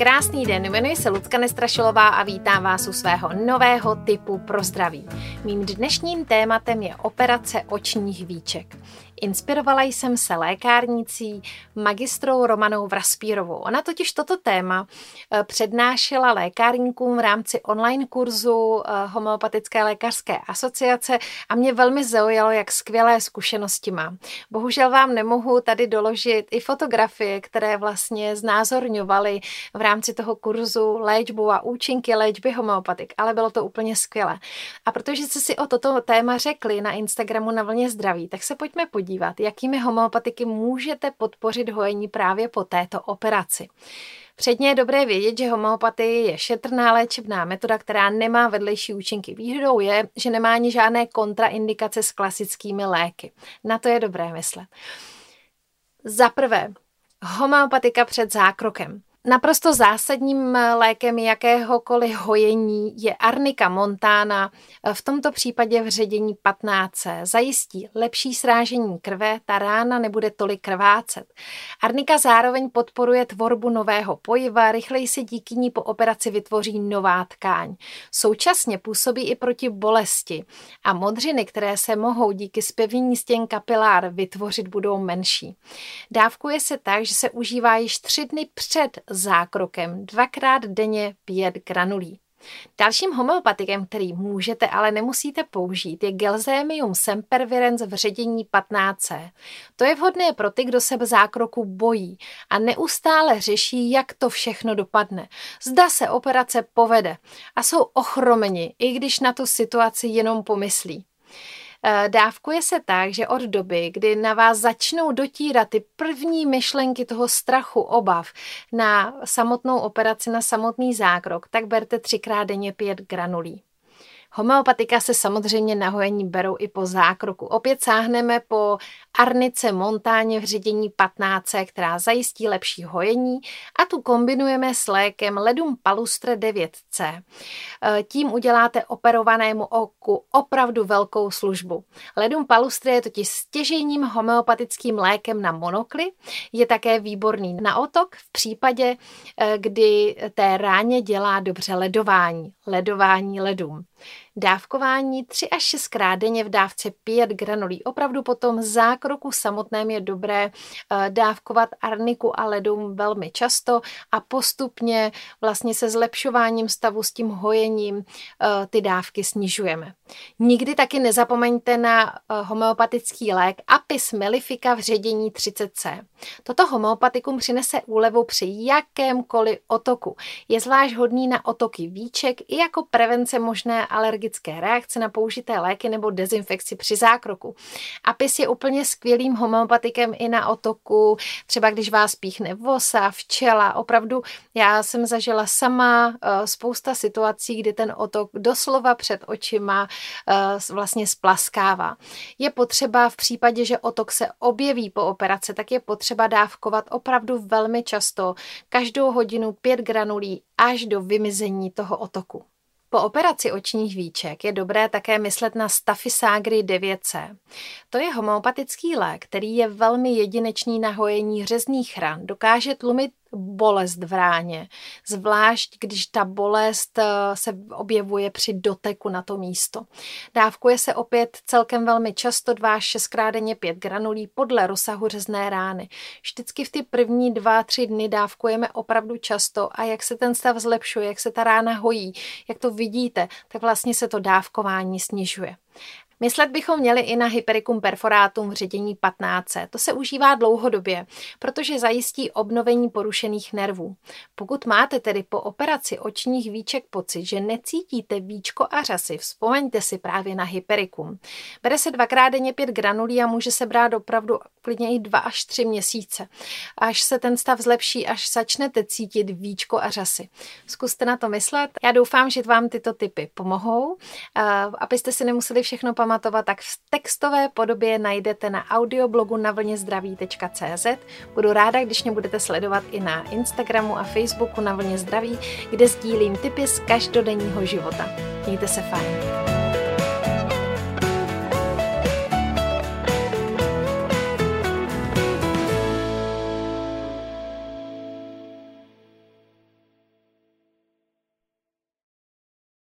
Krásný den, jmenuji se Lucka Nestrašilová a vítám vás u svého nového tipu pro zdraví. Mým dnešním tématem je operace očních víček. Inspirovala jsem se lékárnicí magistrou Romanou Vraspírovou. Ona totiž toto téma přednášela lékárníkům v rámci online kurzu Homeopatické lékařské asociace a mě velmi zaujalo, jak skvělé zkušenosti mám. Bohužel vám nemohu tady doložit i fotografie, které vlastně znázorňovaly v rámci toho kurzu léčbu a účinky léčby homeopatik, ale bylo to úplně skvělé. A protože jste si o toto téma řekli na Instagramu Na vlně zdraví, tak se pojďme podívat, jakými homeopatiky můžete podpořit hojení právě po této operaci. Předně je dobré vědět, že homeopatie je šetrná léčebná metoda, která nemá vedlejší účinky. Výhodou je, že nemá ani žádné kontraindikace s klasickými léky. Na to je dobré myslet. Za prvé, homeopatika před zákrokem. Naprosto zásadním lékem jakéhokoliv hojení je Arnika montana, v tomto případě v ředění 15C. Zajistí lepší srážení krve, ta rána nebude tolik krvácet. Arnika zároveň podporuje tvorbu nového pojiva, rychleji se díky ní po operaci vytvoří nová tkáň. Současně působí i proti bolesti a modřiny, které se mohou díky zpevnění stěn kapilár vytvořit, budou menší. Dávkuje se tak, že se užívá již 3 dny před zákrokem, 2krát denně 5 granulí. Dalším homeopatikem, který můžete, ale nemusíte použít, je Gelsemium sempervirens v ředění 15C. To je vhodné pro ty, kdo se zákroku bojí a neustále řeší, jak to všechno dopadne. Zda se operace povede a jsou ochromeni, i když na tu situaci jenom pomyslí. Dávkuje se tak, že od doby, kdy na vás začnou dotírat ty první myšlenky toho strachu, obav na samotnou operaci, na samotný zákrok, tak berte 3krát denně 5 granulí. Homeopatika se samozřejmě na hojení berou i po zákroku. Opět sáhneme po Arnice montáně v ředění 15C, která zajistí lepší hojení a tu kombinujeme s lékem Ledum palustre 9C. Tím uděláte operovanému oku opravdu velkou službu. Ledum palustre je totiž stěžejním homeopatickým lékem na monokly, je také výborný na otok v případě, kdy té ráně dělá dobře ledování ledum. Dávkování 3 až 6krát denně v dávce 5 granulí. Opravdu po tom zákroku samotném je dobré dávkovat arniku a ledum velmi často a postupně vlastně se zlepšováním stavu s tím hojením ty dávky snižujeme. Nikdy taky nezapomeňte na homeopatický lék Apis mellifica v ředění 30C. Toto homeopatikum přinese úlevu při jakémkoliv otoku. Je zvlášť hodný na otoky víček i jako prevence možné alergické reakce na použité léky nebo dezinfekci při zákroku. Apis je úplně skvělým homeopatikem i na otoku, třeba když vás píchne vosa, včela. Opravdu já jsem zažila sama spousta situací, kdy ten otok doslova před očima vlastně splaskává. Je potřeba v případě, že otok se objeví po operaci, tak je potřeba dávkovat opravdu velmi často, každou hodinu 5 granulí až do vymizení toho otoku. Po operaci očních víček je dobré také myslet na Staphysagrý 9C. To je homeopatický lék, který je velmi jedinečný na hojení řezných ran. Dokáže tlumit bolest v ráně, zvlášť když ta bolest se objevuje při doteku na to místo. Dávkuje se opět celkem velmi často 2 až 6krát denně 5 granulí podle rozsahu řezné rány. Vždycky v ty první 2-3 dny dávkujeme opravdu často a jak se ten stav zlepšuje, jak se ta rána hojí, jak to vidíte, tak vlastně se to dávkování snižuje. Myslet bychom měli i na Hypericum perforatum v ředění 15C. To se užívá dlouhodobě, protože zajistí obnovení porušených nervů. Pokud máte tedy po operaci očních víček pocit, že necítíte víčko a řasy, vzpomeňte si právě na Hypericum. Bere se 2krát denně 5 granulí a může se brát opravdu klidně i 2 až 3 měsíce. Až se ten stav zlepší, až začnete cítit víčko a řasy. Zkuste na to myslet. Já doufám, že vám tyto tipy pomohou, abyste si nemuseli všechno pamatovat, tak v textové podobě najdete na audioblogu navlnězdraví.cz. Budu ráda, když mě budete sledovat i na Instagramu a Facebooku Na vlně zdraví, kde sdílím tipy z každodenního života. Mějte se fajn.